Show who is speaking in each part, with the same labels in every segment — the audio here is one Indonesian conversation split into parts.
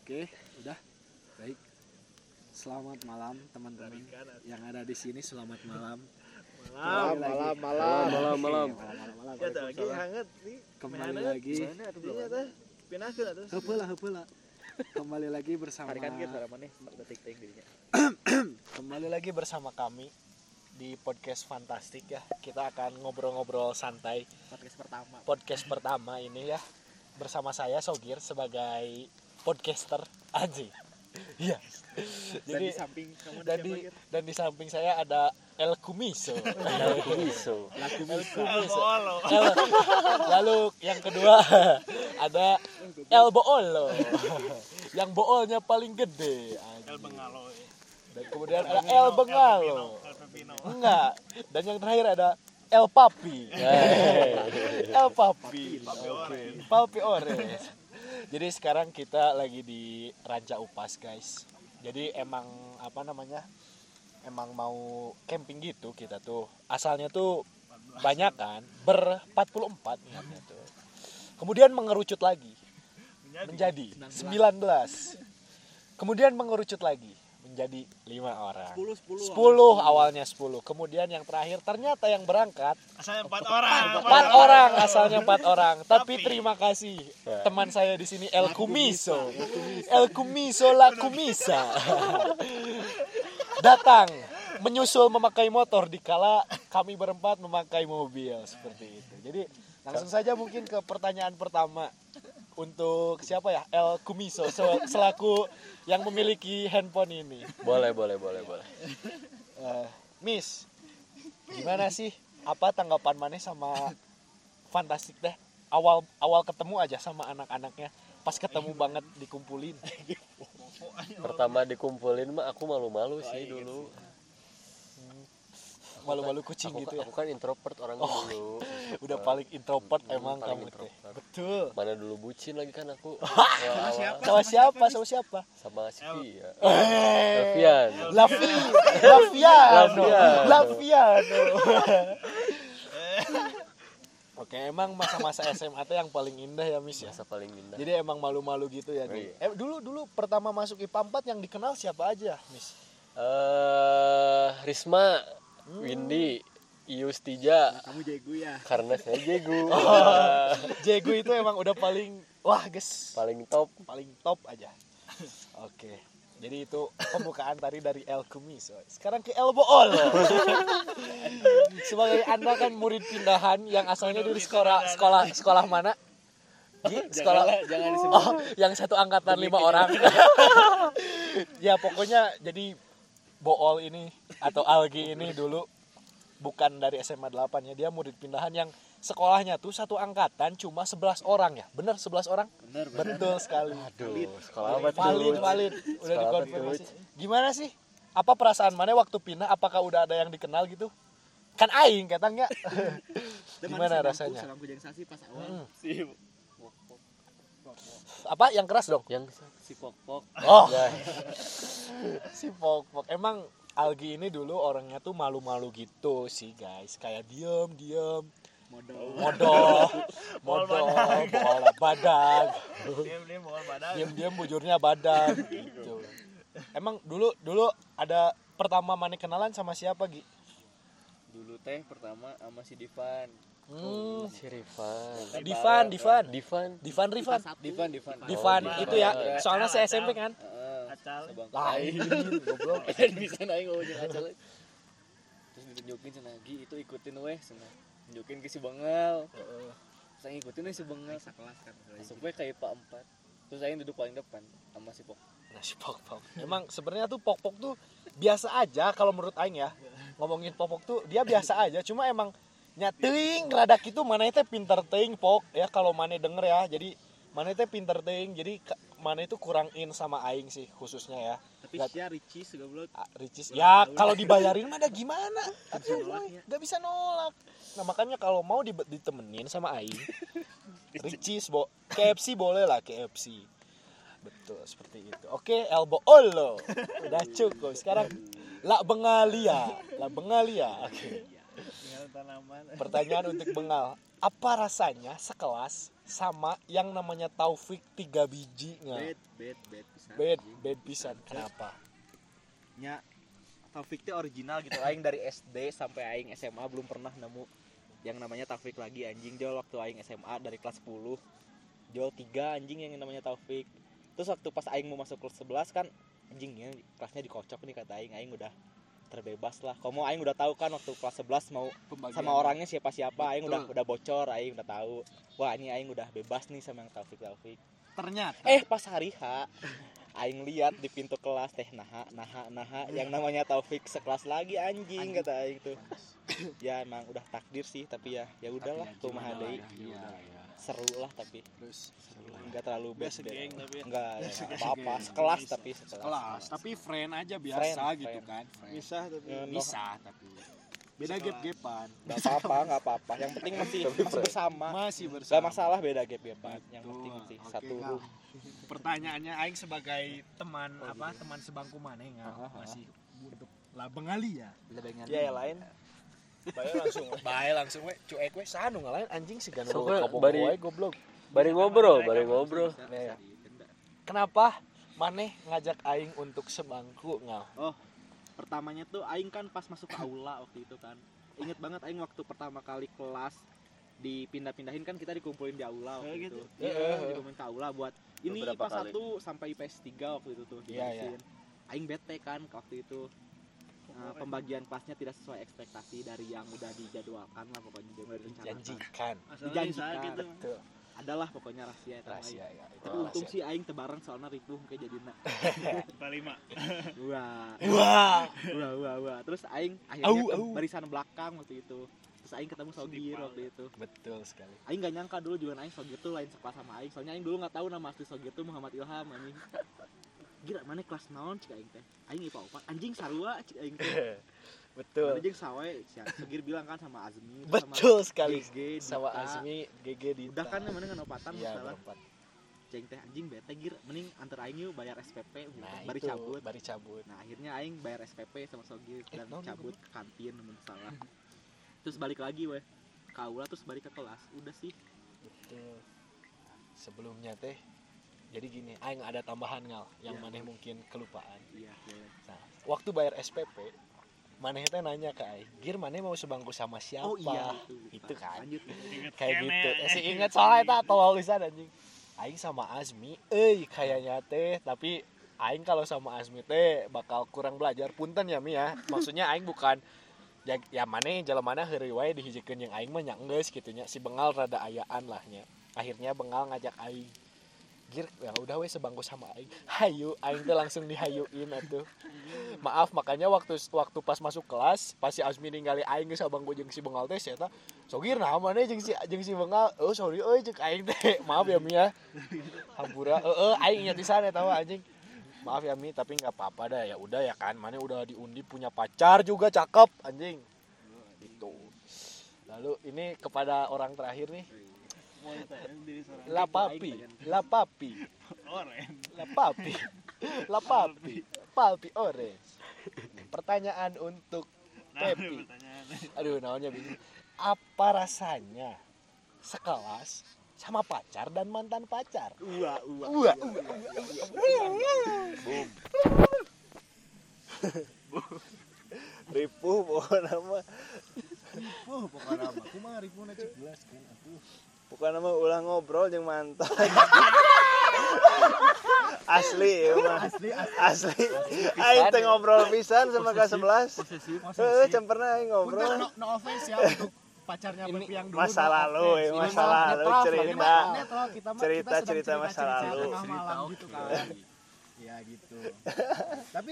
Speaker 1: Oke, udah. Baik. Selamat malam teman-teman yang ada di sini. Selamat malam.
Speaker 2: Malam.
Speaker 1: Ya lagi hangat nih. Kembali lagi. Heupeulah. Kembali lagi bersama Kembali lagi bersama kami di podcast Fantastik ya. Kita akan ngobrol-ngobrol santai. Podcast pertama ini ya. Bersama saya Sogir sebagai podcaster Aji. Iya. Jadi dan di samping saya ada El Kumiso. Lalu yang kedua ada El Boolo. Yang boolnya paling gede.
Speaker 3: El Bengalo.
Speaker 1: Dan kemudian ada El Bengalo. Enggak. Dan yang terakhir ada El Papi. El Papi. Papi Ores. Jadi sekarang kita lagi di Ranca Upas, guys. Jadi emang emang mau camping gitu kita tuh. Asalnya tuh banyak kan, ber-44 niatnya tuh. Kemudian mengerucut lagi menjadi 19. Kemudian mengerucut lagi menjadi 5 orang. 10 awalnya 10. Kemudian yang terakhir ternyata yang berangkat
Speaker 3: asalnya 4 orang.
Speaker 1: 4 orang, asalnya 4 orang. Tapi terima kasih teman saya di sini El Kumiso. El Kumiso la Kumisa. Datang menyusul memakai motor dikala kami berempat memakai mobil seperti itu. Jadi langsung saja mungkin ke pertanyaan pertama. Untuk siapa ya? El Kumiso selaku yang memiliki handphone ini.
Speaker 2: Boleh.
Speaker 1: Miss, gimana sih? Apa tanggapan maneh sama Fantastik teh? Awal ketemu aja sama anak-anaknya. Pas ketemu banget dikumpulin.
Speaker 2: Pertama dikumpulin mah aku malu-malu sih dulu.
Speaker 1: Malu-malu kucing gitu ya.
Speaker 2: Aku kan introvert orangnya dulu.
Speaker 1: Udah paling introvert emang kamu teh. Betul.
Speaker 2: Mana dulu bucin lagi kan aku.
Speaker 1: Sama siapa?
Speaker 2: Sama Sivi ya.
Speaker 1: Laviano. Oke, emang masa-masa SMA itu yang paling indah ya, Miss ya.
Speaker 2: Masa paling indah.
Speaker 1: Jadi emang malu-malu gitu ya.
Speaker 2: Iya.
Speaker 1: Dulu pertama masuk IPA 4 yang dikenal siapa aja, Miss?
Speaker 2: Risma, Windy, Ius Tija.
Speaker 1: Kamu Jegu ya.
Speaker 2: Karena saya Jegu.
Speaker 1: Jegu itu emang udah paling guys.
Speaker 2: Paling top
Speaker 1: aja. Oke. Jadi itu pembukaan tadi dari El Kumiso. Sekarang ke El Boolo. Sebagai Anda kan murid pindahan yang asalnya dari sekolah mana? Jangan disebut. Yang satu angkatan 5 orang. Ya pokoknya jadi Bool ini atau Algi ini dulu bukan dari SMA 8 ya, dia murid pindahan yang sekolahnya tuh satu angkatan cuma 11 orang ya. Bener 11 orang? Bener. Betul sekali.
Speaker 2: Aduh, sekolah apa tuh?
Speaker 1: Valid. Udah dikonfirmasi. Gimana sih? Apa perasaan mana waktu pindah? Apakah udah ada yang dikenal gitu? Kan aing katanya. Gimana rasanya?
Speaker 3: Pas awal.
Speaker 1: Apa yang keras dong?
Speaker 2: Yang
Speaker 3: Si Pok.
Speaker 1: Oh. Si Pok. Emang Algi ini dulu orangnya tuh malu-malu gitu sih, guys. Kayak diem. Modoh, bool badan. Diam bujurnya badan gitu. Emang dulu ada pertama mana kenalan sama siapa, Gi?
Speaker 4: Dulu teh pertama sama si Divan.
Speaker 2: si Rifan.
Speaker 1: Divan Rifan.
Speaker 4: Divan
Speaker 1: itu ya. Soalnya saya SMP kan.
Speaker 3: Acal.
Speaker 1: Lain goblok.
Speaker 4: Bisa naik ngomongin acal. Terus ditunjukin senagi itu ikutin weh senang. Tunjukin ke si Bengal. Saya ngikutin si Bengal sekelas kan. Sampai kayak Pak 4. Terus saya duduk paling depan sama si Pok.
Speaker 1: Nah, si Pok. Emang sebenarnya tuh Pok tuh biasa aja kalau menurut aing ya. Ngomongin Pok tuh dia biasa aja, cuma emang nyating radak itu mana teh pinter teuing Pok ya kalau mana denger ya. Jadi mana teh pinter teuing. Jadi mana itu kurang in sama aing sih khususnya ya.
Speaker 4: Tapi sia Ricis goblok.
Speaker 1: Ricis. Ya kalau dibayarin mah ada gimana? Enggak bisa nolak. Nah, makanya kalau mau ditemenin sama aing Ricis, KFC boleh lah KFC. Betul seperti itu. Oke, El Boolo. Udah cukup. Sekarang La Bengalia. Oke.
Speaker 3: Tinggal tanaman.
Speaker 1: Pertanyaan untuk Bengal. Apa rasanya sekelas sama yang namanya Taufik 3 biji nggak?
Speaker 3: Bet pisan.
Speaker 1: Bed pisan. Kenapa?
Speaker 4: Nya Taufik teh original gitu. Aing dari SD sampai aing SMA belum pernah nemu yang namanya Taufik lagi anjing. Jol waktu aing SMA dari kelas 10. Jol 3 anjing yang namanya Taufik. Terus waktu pas aing mau masuk kelas 11 kan anjingnya kelasnya dikocok nih kata aing udah terbebas lah. Komo aing udah tahu kan waktu kelas 11 mau sama orangnya siapa-siapa, aing udah bocor, aing udah tahu. Wah, ini aing udah bebas nih sama yang Taufik.
Speaker 3: Ternyata
Speaker 4: Pas hari H aing lihat di pintu kelas teh naha yang namanya Taufik sekelas lagi anjing kata aing tuh. Ya emang udah takdir sih tapi ya udahlah kumaha deui. Seru lah tapi
Speaker 1: Terus
Speaker 4: enggak terlalu best
Speaker 3: segeng tapi ya.
Speaker 4: enggak apa-apa sekelas tapi
Speaker 5: Kelas, tapi friend aja biasa
Speaker 4: Friend,
Speaker 5: gitu
Speaker 4: friend.
Speaker 5: kan.
Speaker 3: Bisa tapi
Speaker 5: Bisa tapi beda gap-gapan.
Speaker 4: enggak apa-apa yang penting masih bersama.
Speaker 5: Masih
Speaker 4: Gak
Speaker 5: bersama.
Speaker 4: masalah beda gap-gapan yang
Speaker 5: Betul.
Speaker 4: penting sih
Speaker 5: Oke,
Speaker 4: satu
Speaker 5: Kak.
Speaker 4: room.
Speaker 5: Pertanyaannya aing sebagai teman teman sebangku maneh enggak masih untuk lah bengali ya.
Speaker 4: Ya lain
Speaker 1: bae langsung we cuek we sanu ngalain anjing si gano
Speaker 2: Sok we,
Speaker 1: kabog
Speaker 2: bari-
Speaker 1: wae goblok.
Speaker 2: Bari ngobrol.
Speaker 1: Ya. Kenapa maneh ngajak aing untuk sebangku ngal?
Speaker 4: Pertamanya tuh aing kan pas masuk ke aula waktu itu kan. Ingat banget aing waktu pertama kali kelas dipindah-pindahin kan kita dikumpulin di aula waktu itu. Iya, dikumpulin ke aula buat ini
Speaker 2: Beberapa
Speaker 4: IPA
Speaker 2: kali.
Speaker 4: 1 sampai IPS 3 waktu itu tuh
Speaker 1: Iya,
Speaker 4: dibarisin. Aing bete kan waktu itu. Pembagian kelasnya tidak sesuai ekspektasi dari yang udah dijadwalkan lah pokoknya dia udah direncanakan.
Speaker 1: Janjikan.
Speaker 4: Dijanjikan.
Speaker 3: gitu.
Speaker 1: Betul.
Speaker 4: Adalah pokoknya rahasia eta
Speaker 1: Rahasia
Speaker 4: aing.
Speaker 1: ya. Itu
Speaker 4: Tapi untung
Speaker 1: rahasia.
Speaker 4: sih aing tebarang soalnya ripuh kayak jadina.
Speaker 3: 5.
Speaker 4: Wah. Terus aing akhirnya
Speaker 1: Au,
Speaker 4: ke
Speaker 1: au.
Speaker 4: barisan belakang waktu itu. Terus aing ketemu Sogir waktu itu.
Speaker 1: Betul sekali.
Speaker 4: Aing gak nyangka dulu juga aing Sogir tuh lain sekelas sama aing. Soalnya aing dulu enggak tahu nama asli Sogir tuh Muhammad Ilham anjing. Gila mana kelas naon cik aing teh. Aing IPA 4 anjing sarua cik aing teh.
Speaker 1: Betul.
Speaker 4: Anjing sawe Sogir bilang kan sama Azmi.
Speaker 1: Betul sekali.
Speaker 4: GG,
Speaker 1: Sama
Speaker 4: Dita.
Speaker 1: Azmi, GG Dita.
Speaker 4: Udah kan mana nganopatan
Speaker 1: Iya,
Speaker 4: masalah.
Speaker 1: berempat.
Speaker 4: Ceng teh anjing bete gir mending antar aing yuk bayar SPP gitu.
Speaker 1: Nah,
Speaker 4: Bari
Speaker 1: itu,
Speaker 4: cabut.
Speaker 1: bari cabut.
Speaker 4: Nah akhirnya aing bayar SPP sama Sogir dan
Speaker 1: naon
Speaker 4: cabut ke kantin mun salah. Terus balik lagi weh ke aula terus balik ke kelas. Udah sih.
Speaker 1: Betul. Sebelumnya teh jadi gini, aing ada tambahan ngal yang
Speaker 4: Iya,
Speaker 1: maneh mungkin kelupaan.
Speaker 4: Iya, boleh.
Speaker 1: Nah, waktu bayar SPP, maneh teh nanya ke aing, "Gir, maneh mau sebangku sama siapa?"
Speaker 4: Oh iya
Speaker 1: Itu kan.
Speaker 4: Lanjut.
Speaker 1: Kayak gitu. Si inget soalnya eta tololisan anjing. Aing sama Azmi, kayaknya teh, tapi aing kalau sama Azmi teh bakal kurang belajar. Punten ya Mi ya. Maksudnya aing bukan ya maneh jalan mana heureuy wae dihijikeun yang aing mah nya enggeus kitu nya. Si Bengal rada ayaan lah nya. Akhirnya Bengal ngajak aing. Gir, ya udah we sebangku sama aing. Hayu, aing teh langsung dihayuin atuh. Maaf makanya waktu pas masuk kelas, pas si Azmi ningali aing geus sabangku jeung si Bengal teh saya Sogir nah maneh jeung si Bengal. Oh sorry euy jeung aing teh. Maaf ya Mi ya. Hampura. Aing ingat pisan eta mah anjing. Maaf ya Mi, tapi enggak apa-apa dah ya udah ya kan. Maneh udah diundi punya pacar juga cakep anjing. Gitu. Lalu ini kepada orang terakhir nih. La papi, palpi orange. Pertanyaan untuk Pepi. Aduh, naonnya bingung. Apa rasanya sekelas sama pacar dan mantan pacar? Ripuh pokoknya mah.
Speaker 5: Pokoknya mah kumaha ripuna cek gelas kan atuh.
Speaker 3: Pokoknya mah ulah ngobrol jeung mantan. Asli ya mah. Asli. Aing teh ngobrol pisan sama kelas 11. Heeh, cemperna aing ngobrol.
Speaker 5: Punten no offense ya untuk pacarnya Pepi yang dulu.
Speaker 3: Masa
Speaker 5: no
Speaker 3: lalu
Speaker 5: offense.
Speaker 3: ya,
Speaker 5: Ini
Speaker 3: masa
Speaker 5: mah
Speaker 3: lalu
Speaker 5: netral,
Speaker 3: cerita.
Speaker 5: ini mah netral, kita mah
Speaker 3: Cerita-
Speaker 5: kita sedang
Speaker 3: cerita masa
Speaker 5: cerita-cerita
Speaker 3: lalu.
Speaker 5: tengah malam gitu kan. Ya gitu. Tapi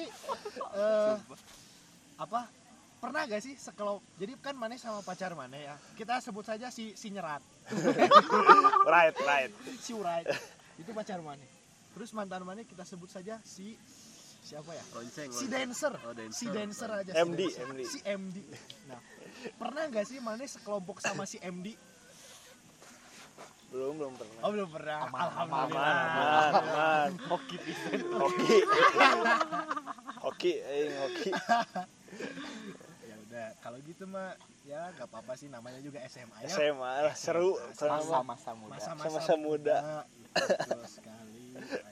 Speaker 5: apa pernah gak sih jadi kan Maneh sama pacar Maneh ya kita sebut saja si nyerat
Speaker 3: Right.
Speaker 5: si urai itu pacar Maneh terus mantan Maneh kita sebut saja siapa ya si dancer si dancer aja
Speaker 3: MD.
Speaker 5: si MD nah pernah gak sih Maneh sekelompok sama si MD
Speaker 3: Belum pernah.
Speaker 5: oh belum pernah
Speaker 3: Aman.
Speaker 4: Hoki pisan.
Speaker 3: Hoki aing hoki.
Speaker 5: ya Nah, kalau gitu mah ya gak apa-apa sih, namanya juga SMA ya.
Speaker 3: SMA lah seru
Speaker 1: Masa-masa muda.
Speaker 3: Masa muda.
Speaker 5: Betul sekali.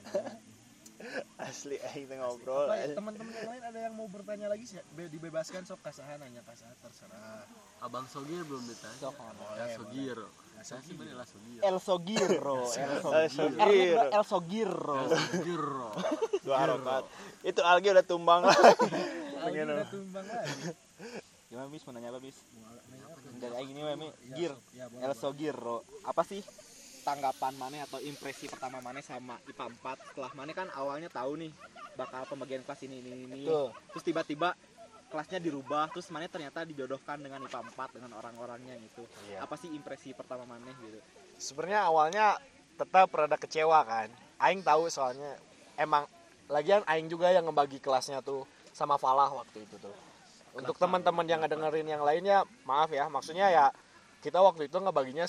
Speaker 3: asli aing teh ngobrol.
Speaker 5: Apa ya, teman-teman yang lain ada yang mau bertanya lagi sih? Dibebaskan sok kasaha nanya kasaha terserah.
Speaker 2: Abang Sogir belum ditanya.
Speaker 1: Sok,
Speaker 2: Ya Sogir. Saya sih bener lah Sogir.
Speaker 1: El Sogiro.
Speaker 3: El
Speaker 1: Sogiro.
Speaker 2: Sogir.
Speaker 3: Dua harokat. Itu Algi udah tumbang lah.
Speaker 5: Algi udah tumbang lagi.
Speaker 1: Gimana Bis, mau nanya apa Bis? Dari aing ini Mami, Gir.
Speaker 5: Ya, boleh.
Speaker 1: El Sogiro. Apa sih tanggapan Mane atau impresi pertama Mane sama IPA 4 setelah Mane kan awalnya tahu nih bakal pembagian kelas ini.
Speaker 3: Betul.
Speaker 1: Terus tiba-tiba kelasnya dirubah, terus Mane ternyata dijodohkan dengan IPA 4 dengan orang-orangnya gitu.
Speaker 3: Iya.
Speaker 1: Apa sih impresi pertama Mane gitu?
Speaker 3: Sebenarnya awalnya tetap rada kecewa kan. Aing tahu soalnya emang lagian aing juga yang ngebagi kelasnya tuh sama Falah waktu itu tuh. Untuk teman-teman yang ngedengerin yang lainnya, maaf ya, maksudnya ya kita waktu itu ngebaginya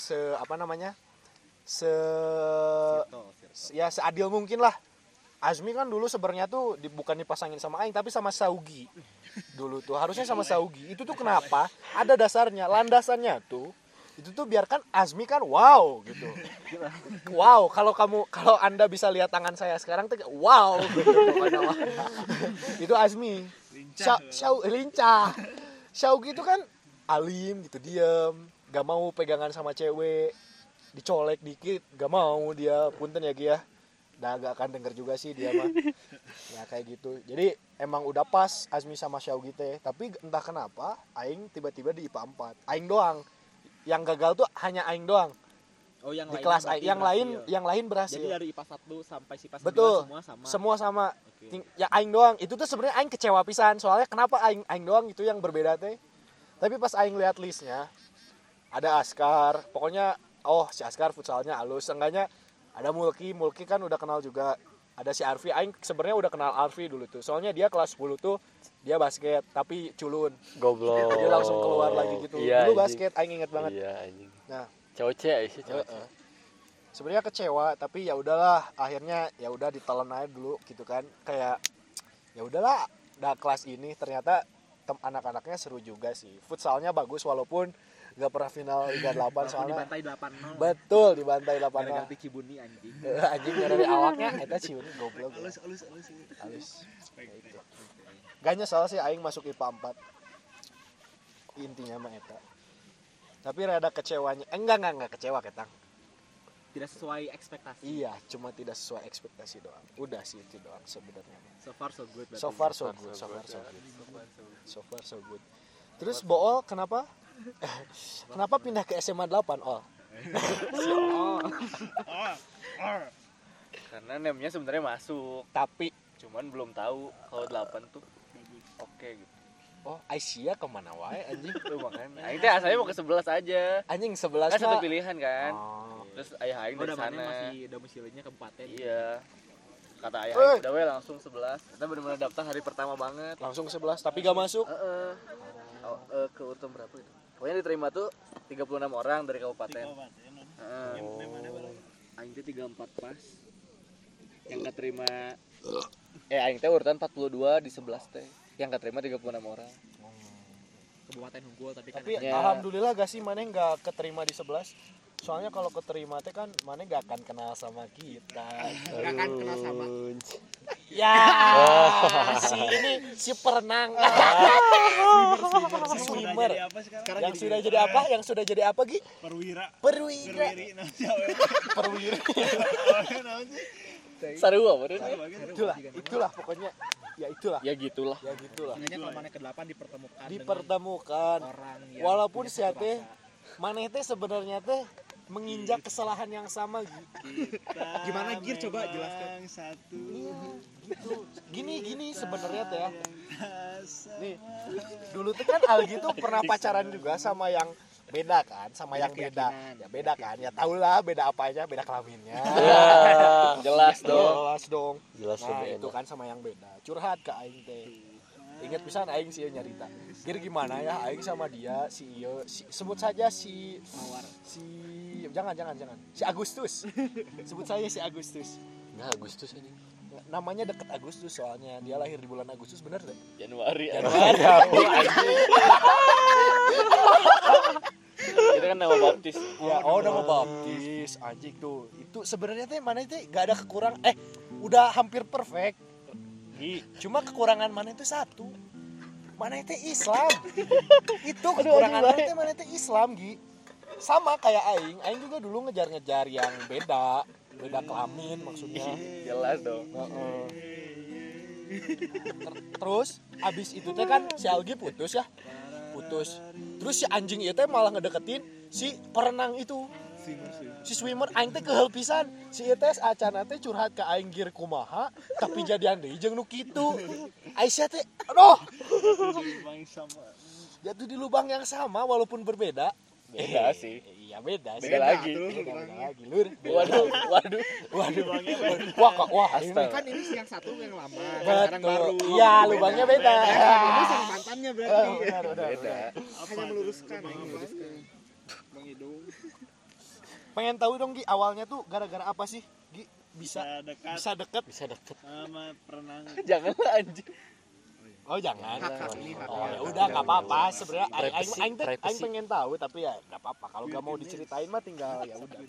Speaker 3: ya seadil mungkin lah. Azmi kan dulu sebenarnya tuh bukan dipasangin sama Aing tapi sama Saugi. Dulu tuh harusnya sama Saugi. Itu tuh kenapa? Ada dasarnya, landasannya tuh. Itu tuh biarkan Azmi kan wow gitu. Wow, kalau Anda bisa lihat tangan saya sekarang tuh wow gitu pokoknya. Itu Azmi. Lincah. Saugi itu kan alim gitu, diam, gak mau pegangan sama cewek. Dicolek dikit gak mau dia, punten ya Gi ya, udah gak akan denger juga sih dia mah. Ya kayak gitu, jadi emang udah pas Azmi sama Syaugi teh, tapi entah kenapa Aing tiba-tiba di IPA 4, Aing doang yang gagal tuh, hanya Aing doang.
Speaker 1: Oh, yang
Speaker 3: di
Speaker 1: lain
Speaker 3: kelas
Speaker 1: berarti
Speaker 3: yang lain berhasil.
Speaker 1: Jadi dari IPA 1 sampai IPA 9
Speaker 3: betul,
Speaker 1: semua
Speaker 3: sama.
Speaker 1: Okay.
Speaker 3: Ya Aing doang, itu tuh sebenarnya Aing kecewa pisan, soalnya kenapa Aing doang itu yang berbeda teh. Tapi pas Aing lihat listnya, ada Askar, pokoknya oh si Askar futsalnya halus, seenggaknya ada Mulki kan udah kenal juga, ada si Arfi, Aing sebenarnya udah kenal Arfi dulu tuh, soalnya dia kelas 10 tuh dia basket tapi culun,
Speaker 2: Goblok.
Speaker 3: dia langsung keluar lagi gitu.
Speaker 2: Iya,
Speaker 3: Dulu
Speaker 2: anjing.
Speaker 3: basket Aing inget banget.
Speaker 2: Iya anjing.
Speaker 3: Nah
Speaker 2: Cowok sih cowok.
Speaker 3: sebenarnya kecewa tapi ya udahlah, akhirnya ya udah ditelan aja dulu gitu kan, kayak ya udahlah, udah kelas ini ternyata anak-anaknya seru juga sih, futsalnya bagus walaupun gak pernah final Liga 8 soalnya
Speaker 1: dibantai 8-0.
Speaker 3: betul, dibantai 8-0
Speaker 1: Gara-gara Piki Buni anjing.
Speaker 3: anjing dari awaknya eta cium goblok halus gitu. Gak nyesel sih Aing masuk IPA 4 intinya mah eta, tapi rada kecewanya enggak kecewa ketang,
Speaker 1: Tidak sesuai ekspektasi.
Speaker 3: iya cuma tidak sesuai ekspektasi doang, udah sih itu doang sebenarnya.
Speaker 1: So far so good.
Speaker 3: So far so good. Terus Bool kenapa pindah ke SMA 8 Ol?
Speaker 4: Karena name-nya sebenarnya masuk,
Speaker 3: Tapi
Speaker 4: cuman belum tahu kalau 8 tuh oke gitu.
Speaker 3: oh Aisyah kemana wae anjing?
Speaker 4: Tuh makanya. Aing teh asalnya mau ke 11 aja.
Speaker 3: Anjing 11
Speaker 4: Kan satu
Speaker 3: mah.
Speaker 4: pilihan kan.
Speaker 3: Oh.
Speaker 4: Terus ayah aing dari
Speaker 1: Udah mana
Speaker 4: sana.
Speaker 1: masih domisilinya kabupaten.
Speaker 4: Iya. Kata ayah
Speaker 3: Eh.
Speaker 4: aing udah we langsung 11. Kita benar-benar daftar hari pertama banget.
Speaker 3: Langsung 11 tapi gak masuk.
Speaker 4: Ke utum berapa itu? Pokoknya diterima tuh 36 orang dari kabupaten. Heeh. Aing teh 34 pas. Yang gak terima aing teh urutan 42 di 11 teh. Yang gak terima 36 orang.
Speaker 1: Kabupaten unggul tapi kan
Speaker 3: Tapi
Speaker 4: Ya.
Speaker 3: alhamdulillah gak sih Maneh gak keterima di 11. Soalnya kalau keterima teh kan Maneh gak akan kenal sama kita.
Speaker 1: gak akan kenal sama
Speaker 3: Ya, si perenang. Si swimmer.
Speaker 1: sekarang
Speaker 3: Yang sudah jadi apa? Yang sudah jadi apa, Gi?
Speaker 5: Perwira.
Speaker 3: Perwira.
Speaker 4: Seru apa tuh?
Speaker 3: Itulah pokoknya. Ya itulah.
Speaker 4: Ya gitulah.
Speaker 1: Sebenarnya kalau mana ke-8 dipertemukan
Speaker 3: Dipertemukan.
Speaker 1: dengan orang yang
Speaker 3: Walaupun
Speaker 1: punya
Speaker 3: si
Speaker 1: satu
Speaker 3: teh
Speaker 1: rasa.
Speaker 3: Maneh teh sebenarnya teh menginjak kesalahan yang sama Gi.
Speaker 1: Gimana Gir coba jelaskan.
Speaker 5: Satu.
Speaker 3: Iya, gitu. Gini sebenarnya teh ya. Nih, dulu tuh kan Algi tuh pernah pacaran juga sama yang beda kan, sama yang beda. Ya beda kan, ya tau lah beda apanya, beda kelaminnya.
Speaker 2: Ya, jelas dong.
Speaker 3: Jelas dong.
Speaker 2: Jelas
Speaker 3: Nah,
Speaker 2: lebih
Speaker 3: itu
Speaker 2: enak.
Speaker 3: kan sama yang beda. Curhat ke aing teh. Ingat pisan aing sih nyarita. Gir gimana ya aing sama dia si Iyo, sebut saja si
Speaker 1: Mawar.
Speaker 3: si jangan. Si Agustus. Sebut saja si Agustus.
Speaker 2: Nah, Agustus ini.
Speaker 3: namanya deket Agustus soalnya dia lahir di bulan Agustus, bener deh.
Speaker 4: Januari.
Speaker 3: Januari.
Speaker 4: Itu kan nama baptis.
Speaker 3: Ya, nama baptis. Anjing tuh. Itu sebenarnya teh mana teh gak ada kekurangan. Udah hampir perfect. Cuma kekurangan mana itu satu. Mana teh Islam. Itu kekurangan mana teh Islam, Gi. Sama kayak aing juga dulu ngejar-ngejar yang beda kelamin maksudnya.
Speaker 4: Jelas dong.
Speaker 3: Terus abis itu teh kan si Algi putus. Terus si anjing itu teh malah ngedeketin si perenang itu. Si swimmer aing teh kehel pisan. Si ieu teh acana teh curhat ka aing geur kumaha, tapi jadian deui jeung nu kitu. Aisyah teh aduh. Jatuh di lubang yang sama walaupun berbeda.
Speaker 4: Beda sih.
Speaker 3: Iya beda sih.
Speaker 4: Beda lagi.
Speaker 3: Lur. Waduh. Wah,
Speaker 5: Ini kan ini yang satu yang lama,
Speaker 3: betul.
Speaker 5: sekarang baru.
Speaker 3: Iya, lubangnya beda.
Speaker 5: Ini sama mantannya berarti.
Speaker 3: Beda.
Speaker 5: Hanya meluruskan. Bang Hidung.
Speaker 3: Pengen tahu dong Gi, awalnya tuh gara-gara apa sih? Gi bisa dekat.
Speaker 5: Sama perenang.
Speaker 4: Jangan anjing.
Speaker 3: Oh jangan.
Speaker 5: Ini hak.
Speaker 3: Oh ya udah nggak apa-apa. Sebenarnya
Speaker 2: Privacy,
Speaker 3: aing
Speaker 2: privacy.
Speaker 3: pengen tahu tapi ya nggak apa-apa. Kalau nggak mau diceritain mah tinggal ya udah.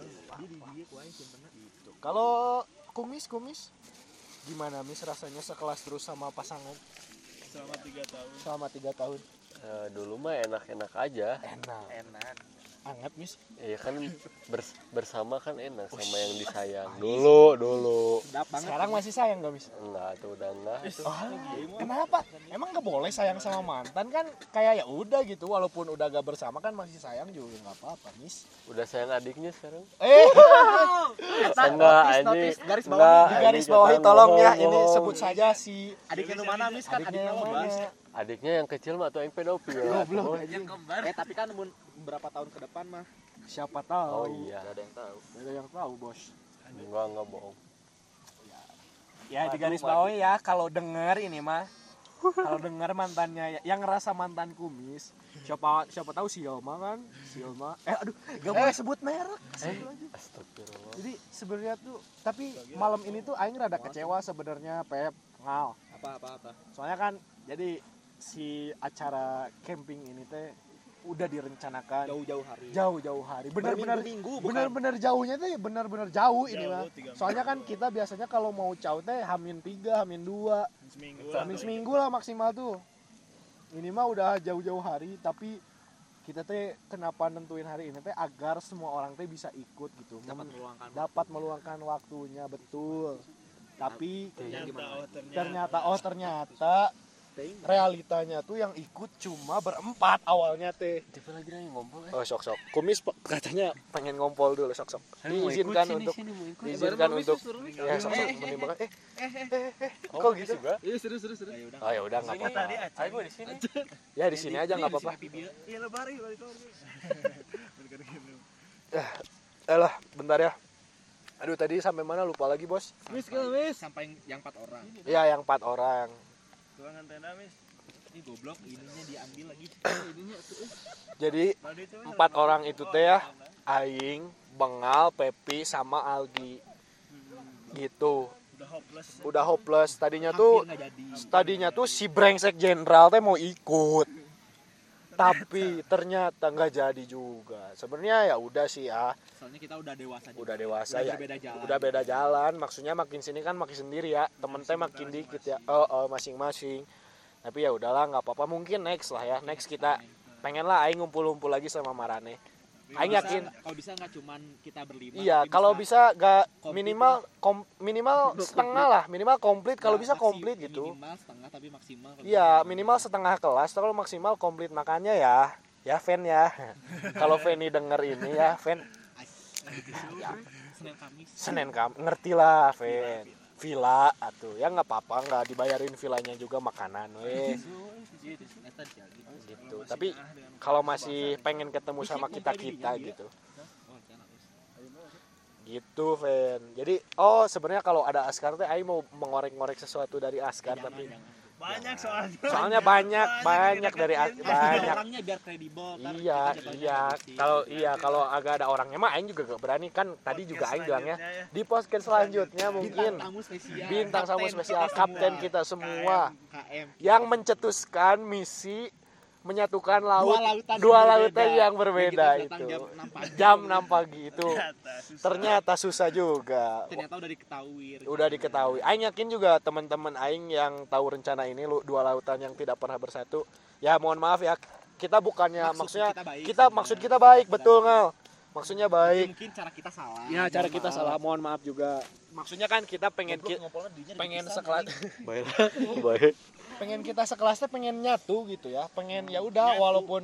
Speaker 3: Gitu. Kalau kumis gimana mis rasanya sekelas terus sama pasangan
Speaker 5: Selama
Speaker 3: 3
Speaker 5: 3 tahun.
Speaker 3: tahun?
Speaker 2: Dulu mah enak-enak aja.
Speaker 3: Enak. Anget mis.
Speaker 2: Iya kan bersama kan enak sama yang disayang. Dulu.
Speaker 3: Sekarang masih sayang nggak mis?
Speaker 2: Enggak tuh udah enggak.
Speaker 3: Kenapa? Emang nggak boleh sayang sama mantan kan? Kayak ya udah gitu. Walaupun udah gak bersama kan masih sayang juga nggak apa-apa mis.
Speaker 2: Udah sayang adiknya sekarang.
Speaker 3: Enggak
Speaker 2: ini
Speaker 5: garis bawah.
Speaker 2: enggak,
Speaker 3: Di garis
Speaker 2: ini
Speaker 3: bawahi
Speaker 2: kita
Speaker 3: tolong ya.
Speaker 2: ngomong.
Speaker 3: Ini sebut saja si
Speaker 5: Adiknya lu mana, Mis? Kan
Speaker 3: adiknya
Speaker 5: adiknya
Speaker 3: yang
Speaker 5: lo
Speaker 3: mana?
Speaker 5: Bas.
Speaker 2: Adiknya yang kecil mah atau yang pedofil?
Speaker 3: Goblok.
Speaker 5: Tapi kan beberapa tahun ke depan mah.
Speaker 3: Siapa tahu?
Speaker 2: Oh iya.
Speaker 4: Ada yang tahu.
Speaker 3: Gak ada yang tahu bos.
Speaker 2: Enggak bohong.
Speaker 3: Ya di garis bawahi ya kalau denger ini mah. Kalau denger mantannya yang ngerasa mantan kumis. Siapa tahu Silma kan? Silma. Aduh, gak boleh sebut merek.
Speaker 2: Astagfirullah.
Speaker 3: Jadi sebenarnya tuh tapi malam ini tuh aing rada kecewa sebenarnya Pep ngal.
Speaker 5: Apa.
Speaker 3: Soalnya kan jadi si acara camping ini teh udah direncanakan jauh-jauh hari. Benar-benar
Speaker 5: Minggu,
Speaker 3: benar-benar jauhnya teh benar-benar jauh ini mah. Soalnya kan kita biasanya kalau mau jauh teh H-3, H-2, seminggu lah maksimal tuh. Ini mah udah jauh-jauh hari tapi kita teh kenapa nentuin hari ini teh agar semua orang teh bisa ikut gitu. Dapat meluangkan waktunya betul. Tapi ternyata realitanya tuh yang ikut cuma berempat awalnya teh.
Speaker 2: Tipe lagi lagi ngompol.
Speaker 3: Oh sok. Kumis katanya pengen ngompol dulu sok. Diizinkan untuk ya sok menimbang. Kok gitu?
Speaker 5: Iya, seru.
Speaker 3: Oh ya udah enggak apa-apa.
Speaker 2: Ayo di sini.
Speaker 3: Ya di sini aja enggak apa-apa.
Speaker 5: Iya, lebari balik
Speaker 3: Lah, bentar ya. Aduh tadi sampai mana lupa lagi, Bos.
Speaker 5: Mis. Sampai yang 4 orang.
Speaker 3: Iya, yang 4 orang.
Speaker 5: Ruangan tenda, Mis. Ini goblok, ininya diambil lagi. Ininya tuh.
Speaker 3: Jadi 4 orang itu teh ya, aing, Bengal, Pepi sama Algi. Gitu. Udah hopeless. Tadinya tuh si brengsek jenderal teh mau ikut. Tapi ternyata nggak jadi juga. Sebenarnya ya udah sih ya.
Speaker 5: Soalnya kita udah dewasa.
Speaker 3: Udah dewasa ya.
Speaker 5: Beda jalan.
Speaker 3: Udah beda jalan. Maksudnya makin sini kan makin sendiri ya. Temen teh makin dikit ya. Masing-masing. Tapi ya udahlah nggak apa-apa. Mungkin next lah ya. Next kita pengen lah aing ngumpul-ngumpul lagi sama Marane. Aing yakin.
Speaker 5: Kalau bisa nggak cuman kita berlima.
Speaker 3: Iya, kalau bisa nggak minimal setengah lah, minimal komplit. Kalau bisa komplit gitu.
Speaker 5: Minimal setengah tapi maksimal.
Speaker 3: Iya, minimal setengah kelas. Kalau maksimal komplit makanya ya Fen ya. Kalau Feni denger ini ya Fen. Senin Kamis. Ngerti lah Fen. Villa atuh ya nggak apa-apa, nggak dibayarin villanya juga makanan weh. Gitu. Tapi kalau masih pengen ketemu sama kita gitu. Gitu, Fen. Jadi sebenarnya kalau ada Askar teh aing mau mengorek-ngorek sesuatu dari Askar tapi
Speaker 5: Banyak soalnya.
Speaker 3: Soalnya banyak dari banyak.
Speaker 5: Orangnya biar kredibel.
Speaker 3: Iya, kalau agak ada orangnya mah aing juga gak berani kan. Tadi juga aing bilangnya di podcast selanjutnya mungkin bintang tamu spesial kapten kita semua yang mencetuskan misi menyatukan dua lautan yang berbeda itu. Jam 6 pagi itu. Ternyata susah juga.
Speaker 5: Ternyata
Speaker 3: Udah diketahui. Aing yakin juga teman-teman aing yang tahu rencana ini dua lautan yang tidak pernah bersatu. Ya mohon maaf ya. Kita bukannya maksud kita baik, betul Ngal. Maksudnya baik.
Speaker 5: Mungkin cara kita salah.
Speaker 3: Ya, cara kita salah. Mohon maaf juga. Maksudnya kan kita pengen sekelas pengen kita sekelasnya pengen nyatu gitu ya. Pengen ya udah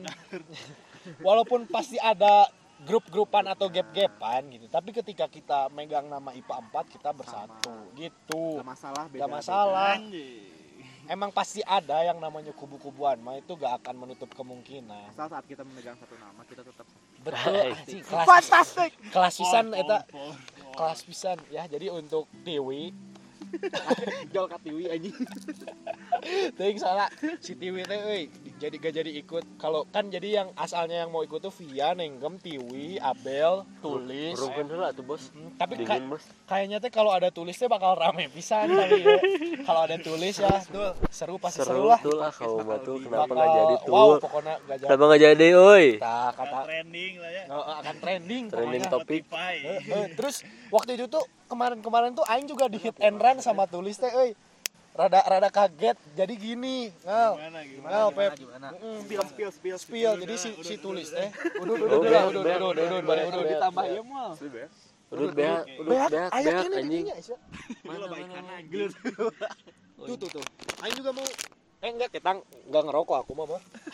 Speaker 3: walaupun pasti ada grup-grupan atau gap-gapan gitu. Tapi ketika kita megang nama IPA 4 kita bersatu gitu. Gak masalah. Emang pasti ada yang namanya kubu-kubuan, mah itu gak akan menutup kemungkinan.
Speaker 5: Saat kita memegang satu nama kita tetap
Speaker 3: betul.
Speaker 5: fantastik.
Speaker 3: Kelas pisan eta. Kelas pisan ya. Jadi untuk Tiwi
Speaker 5: Jol ka Tiwi anjing.
Speaker 3: teuing salah si Tiwi teh euy gak jadi ikut. Kalau kan jadi yang asalnya yang mau ikut tuh Via, Nenggem, Tiwi, Abel, Tulis.
Speaker 2: Urungkeun heula tuh bos.
Speaker 3: Tapi
Speaker 2: Dingin, Bos.
Speaker 3: kayaknya teh kalau ada tulisnya bakal rame pisan tadi ya. Kalau ada tulis ya tuh seru pasti seru lah.
Speaker 2: Tuh lah kalau mah tuh kenapa
Speaker 3: Bakal-
Speaker 2: enggak jadi tuh?
Speaker 3: Wow, pokoknya gak jadi.
Speaker 2: Kenapa enggak jadi, oi?
Speaker 3: Tah kata
Speaker 4: Trending lah ya.
Speaker 3: akan trending
Speaker 2: Trending
Speaker 3: pokoknya.
Speaker 2: topik.
Speaker 3: Terus waktu itu tuh kemarin tuh aing juga di hit and run sama tulis teh euy. Rada kaget. Jadi gini, Ngal Pep. Spill. Jadi si tulis teh. Udud bari udud
Speaker 5: Ditambah ieu mah.
Speaker 2: Udut beak
Speaker 3: Ayo ini
Speaker 2: anjing.
Speaker 3: mana. Tuh. Aing juga mau enggak ketang enggak ngerokok aku mah.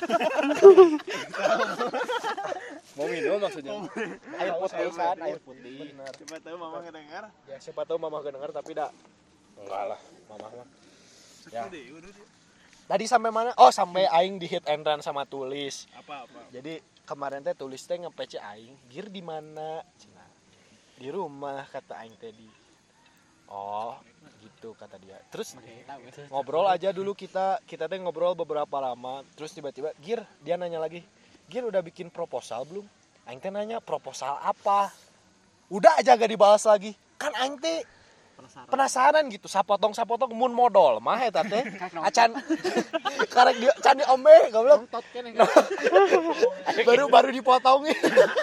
Speaker 4: Mau minum maksudnya.
Speaker 3: Air putih. Benar.
Speaker 5: Coba tahu mama ngedengar.
Speaker 3: Ya siapa tahu mama kedenger tapi enggak lah mama mah. Ya. Tadi sampai mana? Oh, sampai aing di hit and run sama tulis.
Speaker 5: Apa?
Speaker 3: Jadi kemarin teh tulis teh nge-PC aing, "Gir di mana?" Cina. Di rumah kata aing tadi. Oh, gitu kata dia. Terus ngobrol aja dulu kita teh ngobrol beberapa lama, terus tiba-tiba Gir dia nanya lagi, "Gir udah bikin proposal belum?" Aing teh nanya, "Proposal apa?" Udah aja gak dibalas lagi. Kan aing teh penasaran gitu, sapotong mun modal mah eta teh acan karek dia can diombe goblok baru dipotongin.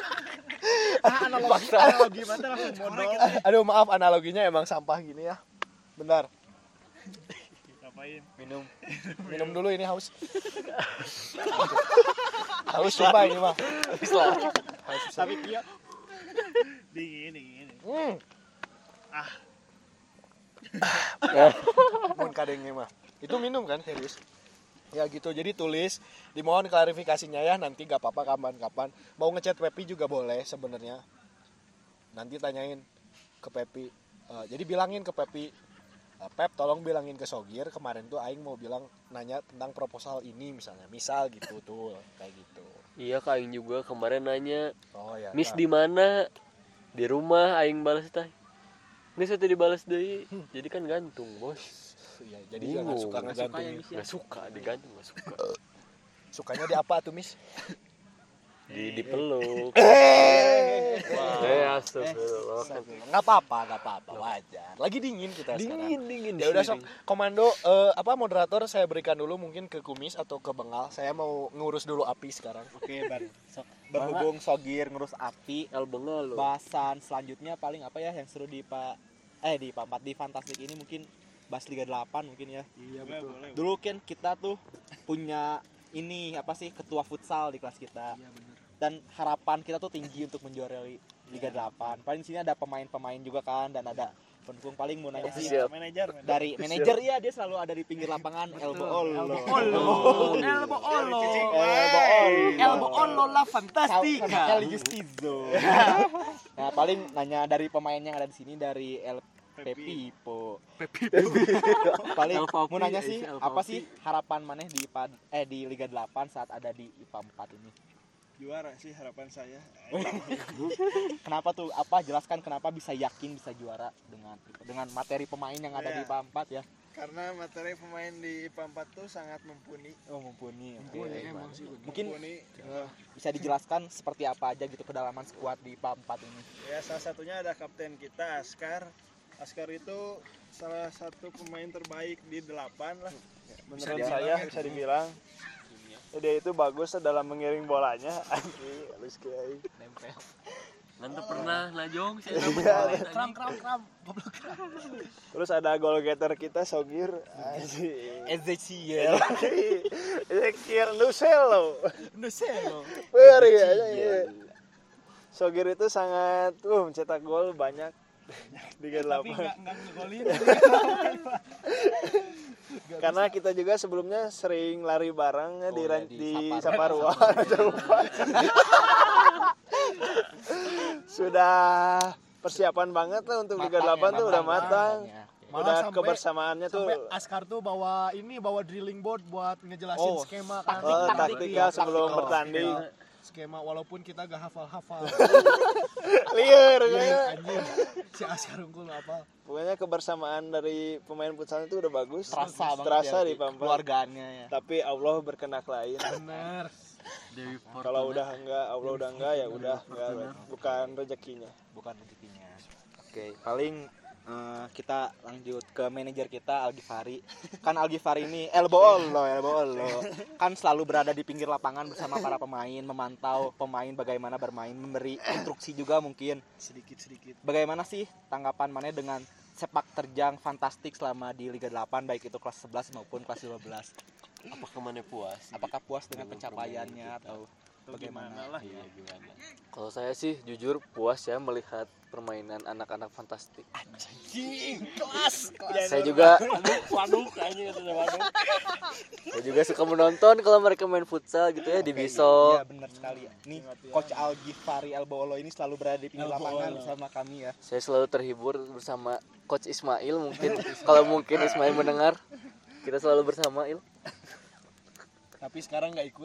Speaker 5: Analogi mah langsung modal.
Speaker 3: Aduh maaf analoginya emang sampah gini ya. Bentar.
Speaker 5: Ngapain?
Speaker 3: Minum dulu ini haus. Haus coba ini mah.
Speaker 5: Tapi dia dingin.
Speaker 3: Mun kadengnya mah. Itu minum kan serius. Ya gitu, jadi tulis dimohon klarifikasinya ya, nanti gak apa-apa kapan-kapan. Mau ngechat Pepi juga boleh sebenarnya. Nanti tanyain ke Pepi. Jadi bilangin ke Pepi, Pep tolong bilangin ke Sogir kemarin tuh aing mau bilang nanya tentang proposal ini misalnya. Misal gitu tuh, kayak gitu.
Speaker 2: Iya, Kak Aing juga kemarin nanya,
Speaker 3: Oh ya.
Speaker 2: "Miss di mana?" Di rumah aing balas teh. Geus teh dibalas deui. Jadi kan gantung, Bos.
Speaker 3: Ya, jadi jangan suka ngegantung.
Speaker 2: Enggak suka digantung, enggak suka.
Speaker 3: Sukanya di apa tuh, Miss?
Speaker 2: Dipeluk. Astagfirullah.
Speaker 3: Nggak apa-apa, wajar. Lagi dingin kita sekarang.
Speaker 2: Dingin.
Speaker 3: Ya udah sok komando moderator saya berikan dulu mungkin ke Kumis atau ke Bengal. Saya mau ngurus dulu api sekarang.
Speaker 5: Oke, berhubung Sogir ngurus api,
Speaker 2: El Bengal lo.
Speaker 5: bahasan selanjutnya paling apa ya yang seru di di Fantastik ini mungkin bahas Liga 8 mungkin ya.
Speaker 3: Iya betul.
Speaker 5: Dulu kan kita tuh punya ini apa sih ketua futsal di kelas kita.
Speaker 3: Iya benar.
Speaker 5: Dan harapan kita tuh tinggi untuk menjuarai Liga 8. Paling sini ada pemain-pemain juga kan dan ada pendukung. Paling mau nanya sih
Speaker 2: Siap.
Speaker 5: dari manajer ya, dia selalu ada di pinggir lapangan elbow ollo la fantastica kali Justizo. Nah paling nanya dari pemain yang ada di sini dari Pepipo. Paling mau nanya sih apa sih harapan maneh di Liga 8 saat ada di IPA 4 ini?
Speaker 6: Juara sih harapan saya.
Speaker 5: Kenapa tuh? Jelaskan kenapa bisa yakin bisa juara dengan materi pemain yang ada di IPA 4 ya.
Speaker 6: Karena materi pemain di IPA 4 tuh sangat mumpuni.
Speaker 5: Oh, mumpuni.
Speaker 3: emang sih
Speaker 5: Mungkin
Speaker 6: Mumpuni.
Speaker 5: bisa dijelaskan seperti apa aja gitu kedalaman skuad di IPA 4 ini.
Speaker 6: Ya salah satunya ada kapten kita Askar. Askar itu salah satu pemain terbaik di 8 lah. Menurut saya bisa dibilang dia itu bagus dalam mengiring bolanya. Halus kiai.
Speaker 5: Nempel.
Speaker 2: Nanti pernah najong sih
Speaker 3: kram goblok.
Speaker 6: Terus ada goal getter kita Sogir.
Speaker 5: Ezekiel.
Speaker 6: Ezekiel Nuselo.
Speaker 3: Nuselo.
Speaker 6: Beri aja. Sogir itu sangat mencetak gol banyak di G8.
Speaker 3: Tapi enggak ngegolin.
Speaker 6: Karena kita juga sebelumnya sering lari bareng
Speaker 5: Oh,
Speaker 6: di
Speaker 5: di
Speaker 6: Saparua. Sudah persiapan banget lah untuk Liga 8 tuh udah matang.
Speaker 3: Malah
Speaker 6: Udah kebersamaannya tuh
Speaker 3: sampai Askar tuh bawa drilling board buat ngejelasin
Speaker 5: Oh,
Speaker 3: skema kan.
Speaker 6: taktikal sebelum bertanding.
Speaker 3: Skema walaupun kita gak hafal-hafal.
Speaker 6: Liar
Speaker 3: Anjing. Si Askar unggul apa?
Speaker 6: Pokoknya kebersamaan dari pemain futsal itu udah bagus.
Speaker 5: Terasa banget
Speaker 6: Terasa
Speaker 5: ya,
Speaker 6: di Pampa.
Speaker 5: keluargaannya ya.
Speaker 6: Tapi Allah berkehendak lain.
Speaker 3: Bener.
Speaker 6: Kalau udah enggak ya udah enggak, bukan rezekinya.
Speaker 5: Bukan rezekinya. Oke, paling kita lanjut ke manajer kita Algifari. Kan Algifari ini elbow Allah. Kan selalu berada di pinggir lapangan bersama para pemain, memantau pemain bagaimana bermain, memberi instruksi juga mungkin.
Speaker 6: Sedikit.
Speaker 5: Bagaimana sih tanggapan Mane dengan sepak terjang fantastik selama di Liga 8 baik itu kelas 11 maupun kelas 12?
Speaker 2: apakah mana puas?
Speaker 5: Apakah puas dengan pencapaiannya atau bagaimana?
Speaker 6: lah.
Speaker 2: Iya gimana? Kalau saya sih jujur puas ya melihat permainan anak-anak fantastik.
Speaker 3: Kelas.
Speaker 2: Saya juga
Speaker 6: Waduk kayaknya katanya waduk.
Speaker 2: saya juga suka menonton kalau mereka main futsal gitu ya di Biso.
Speaker 5: Iya benar sekali ya. Nih Coach Algifari Elboolo ini selalu berada di pinggir lapangan bersama kami ya.
Speaker 2: Saya selalu terhibur bersama Coach Ismail mungkin kalau mungkin Ismail mendengar. Kita selalu bersama Il.
Speaker 3: Tapi sekarang nggak ikut.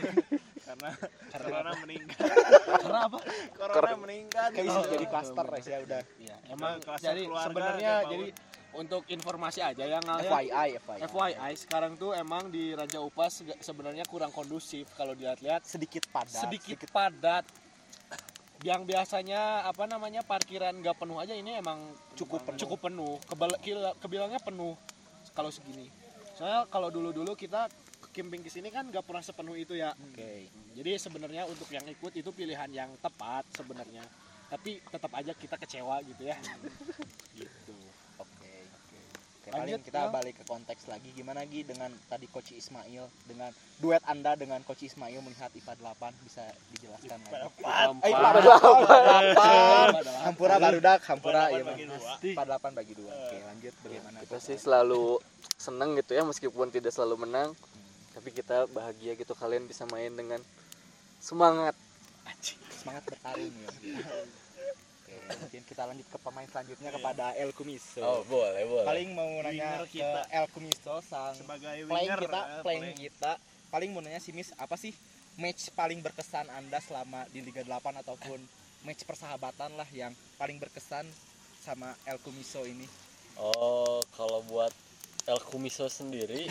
Speaker 6: Karena meningkat.
Speaker 3: Karena apa?
Speaker 6: Corona meningkat.
Speaker 5: Kayak bisa jadi klaster ya udah.
Speaker 3: Iya, emang
Speaker 6: Kluster
Speaker 3: jadi
Speaker 6: keluarga,
Speaker 3: sebenarnya
Speaker 6: kayak
Speaker 3: jadi untuk informasi aja ya
Speaker 5: FYI.
Speaker 3: FYI sekarang tuh emang di Raja Upas sebenarnya kurang kondusif kalau dilihat-lihat,
Speaker 5: Sedikit padat.
Speaker 3: sedikit padat. Yang biasanya parkiran nggak penuh aja ini emang cukup penuh. Kebilangnya penuh kalau segini. Soalnya kalau dulu kita camping ke sini kan nggak pernah sepenuh itu ya.
Speaker 5: Oke.
Speaker 3: Jadi sebenarnya untuk yang ikut itu pilihan yang tepat sebenarnya. Tapi tetap aja kita kecewa gitu ya. Gitu.
Speaker 5: Oke. Paling
Speaker 3: Lanjut,
Speaker 5: kita
Speaker 3: Mel.
Speaker 5: balik ke konteks lagi gimana Gi dengan tadi Coach Ismail dengan duet Anda dengan Coach Ismail melihat IPA 8 bisa dijelaskan lagi. IPA 8. Hampura barudak, Hampura ya. IPA 8 bagi 2. Oke, lanjut bagaimana?
Speaker 2: Kita sih selalu senang gitu ya meskipun tidak selalu menang. Tapi kita bahagia gitu kalian bisa main dengan semangat.
Speaker 5: Semangat bertarung ya. Oke, mungkin kita lanjut ke pemain selanjutnya kepada El Kumiso.
Speaker 2: boleh.
Speaker 5: Paling mau nanya
Speaker 6: Winger
Speaker 5: ke
Speaker 6: kita.
Speaker 5: El Kumiso sang
Speaker 6: Sebagai
Speaker 5: playing
Speaker 6: winger,
Speaker 5: kita. Paling mau nanya si Miss, apa sih match paling berkesan Anda selama di Liga 8 ataupun match persahabatan lah yang paling berkesan sama El Kumiso ini?
Speaker 2: Oh, kalau buat El Kumiso sendiri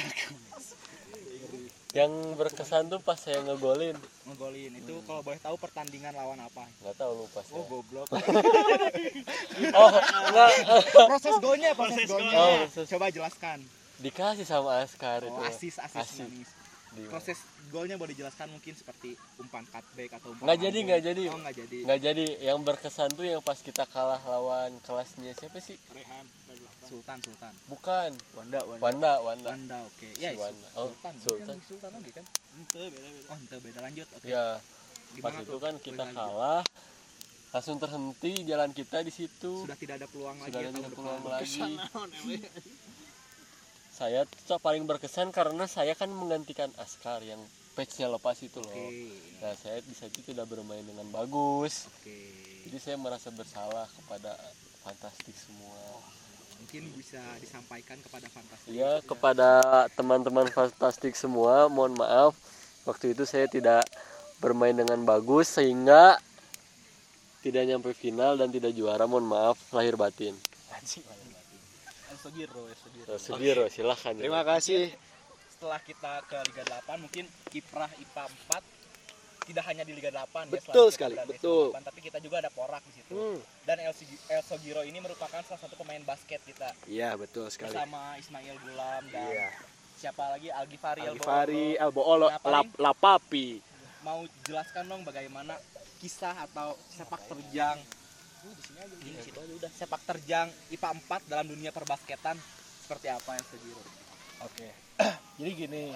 Speaker 2: yang berkesan tuh pas saya ngegolin.
Speaker 5: Ngegolin itu kalau boleh tahu pertandingan lawan apa?
Speaker 2: Nggak tahu lupa saya.
Speaker 5: Oh, goblok.
Speaker 2: Oh, enggak.
Speaker 5: proses golnya.
Speaker 2: Oh,
Speaker 5: Coba jelaskan.
Speaker 2: Dikasih sama Askar
Speaker 5: Oh,
Speaker 2: itu.
Speaker 5: asis. Manis.
Speaker 2: Di-
Speaker 5: Proses golnya boleh dijelaskan mungkin seperti umpan cutback atau umpan
Speaker 2: Nggak jadi,
Speaker 5: lambung.
Speaker 2: nggak jadi.
Speaker 5: Oh, nggak jadi.
Speaker 2: Nggak jadi. Yang berkesan tuh yang pas kita kalah lawan kelasnya siapa sih?
Speaker 5: Sultan.
Speaker 2: Bukan.
Speaker 5: Wanda.
Speaker 2: Wanda.
Speaker 5: Oke.
Speaker 2: Si
Speaker 5: Ya,
Speaker 2: Wanda. Oh, Sultan.
Speaker 5: Sultan lagi kan? Oh, ente beda lanjut. Oke.
Speaker 2: Ya, pas
Speaker 5: Gimana
Speaker 2: itu
Speaker 5: tuh?
Speaker 2: kan kita
Speaker 5: Boleh lanjut.
Speaker 2: kalah. Langsung terhenti jalan kita di situ.
Speaker 5: Sudah tidak ada peluang lagi
Speaker 2: Sudah
Speaker 5: ya
Speaker 2: ada
Speaker 5: tahun
Speaker 2: peluang
Speaker 5: depan.
Speaker 2: lagi. Saya tuh paling berkesan karena saya kan menggantikan Askar yang patch-nya lepas itu loh.
Speaker 5: Oke.
Speaker 2: Nah, saya di situ tidak bermain dengan bagus.
Speaker 5: Oke.
Speaker 2: Jadi saya merasa bersalah kepada fantastik semua.
Speaker 5: Mungkin bisa disampaikan kepada Fantastik.
Speaker 2: Iya, kepada teman-teman fantastik semua, mohon maaf waktu itu saya tidak bermain dengan bagus sehingga tidak nyampe final dan tidak juara. Mohon maaf lahir batin. Sugiro silahkan.
Speaker 3: Terima kasih.
Speaker 5: Setelah kita ke Liga 8 mungkin kiprah IPA 4 tidak hanya di Liga 8
Speaker 3: Betul
Speaker 5: ya, selalu kita
Speaker 3: sekali,
Speaker 5: berada di
Speaker 3: betul.
Speaker 5: Liga 8, tapi kita juga ada Porak di situ. Dan El Sogiro ini merupakan salah satu pemain basket kita
Speaker 3: Iya, betul sekali.
Speaker 5: bersama Ismail Gulam dan
Speaker 3: Iya.
Speaker 5: siapa lagi Algifari
Speaker 3: Algifari, Alboolo,
Speaker 5: Nah, paling-
Speaker 3: Lapapi.
Speaker 5: mau jelaskan dong bagaimana kisah atau sepak terjang di situ aja udah sepak terjang IPA 4 dalam dunia perbasketan seperti apa El Sogiro?
Speaker 3: Oke. Jadi gini.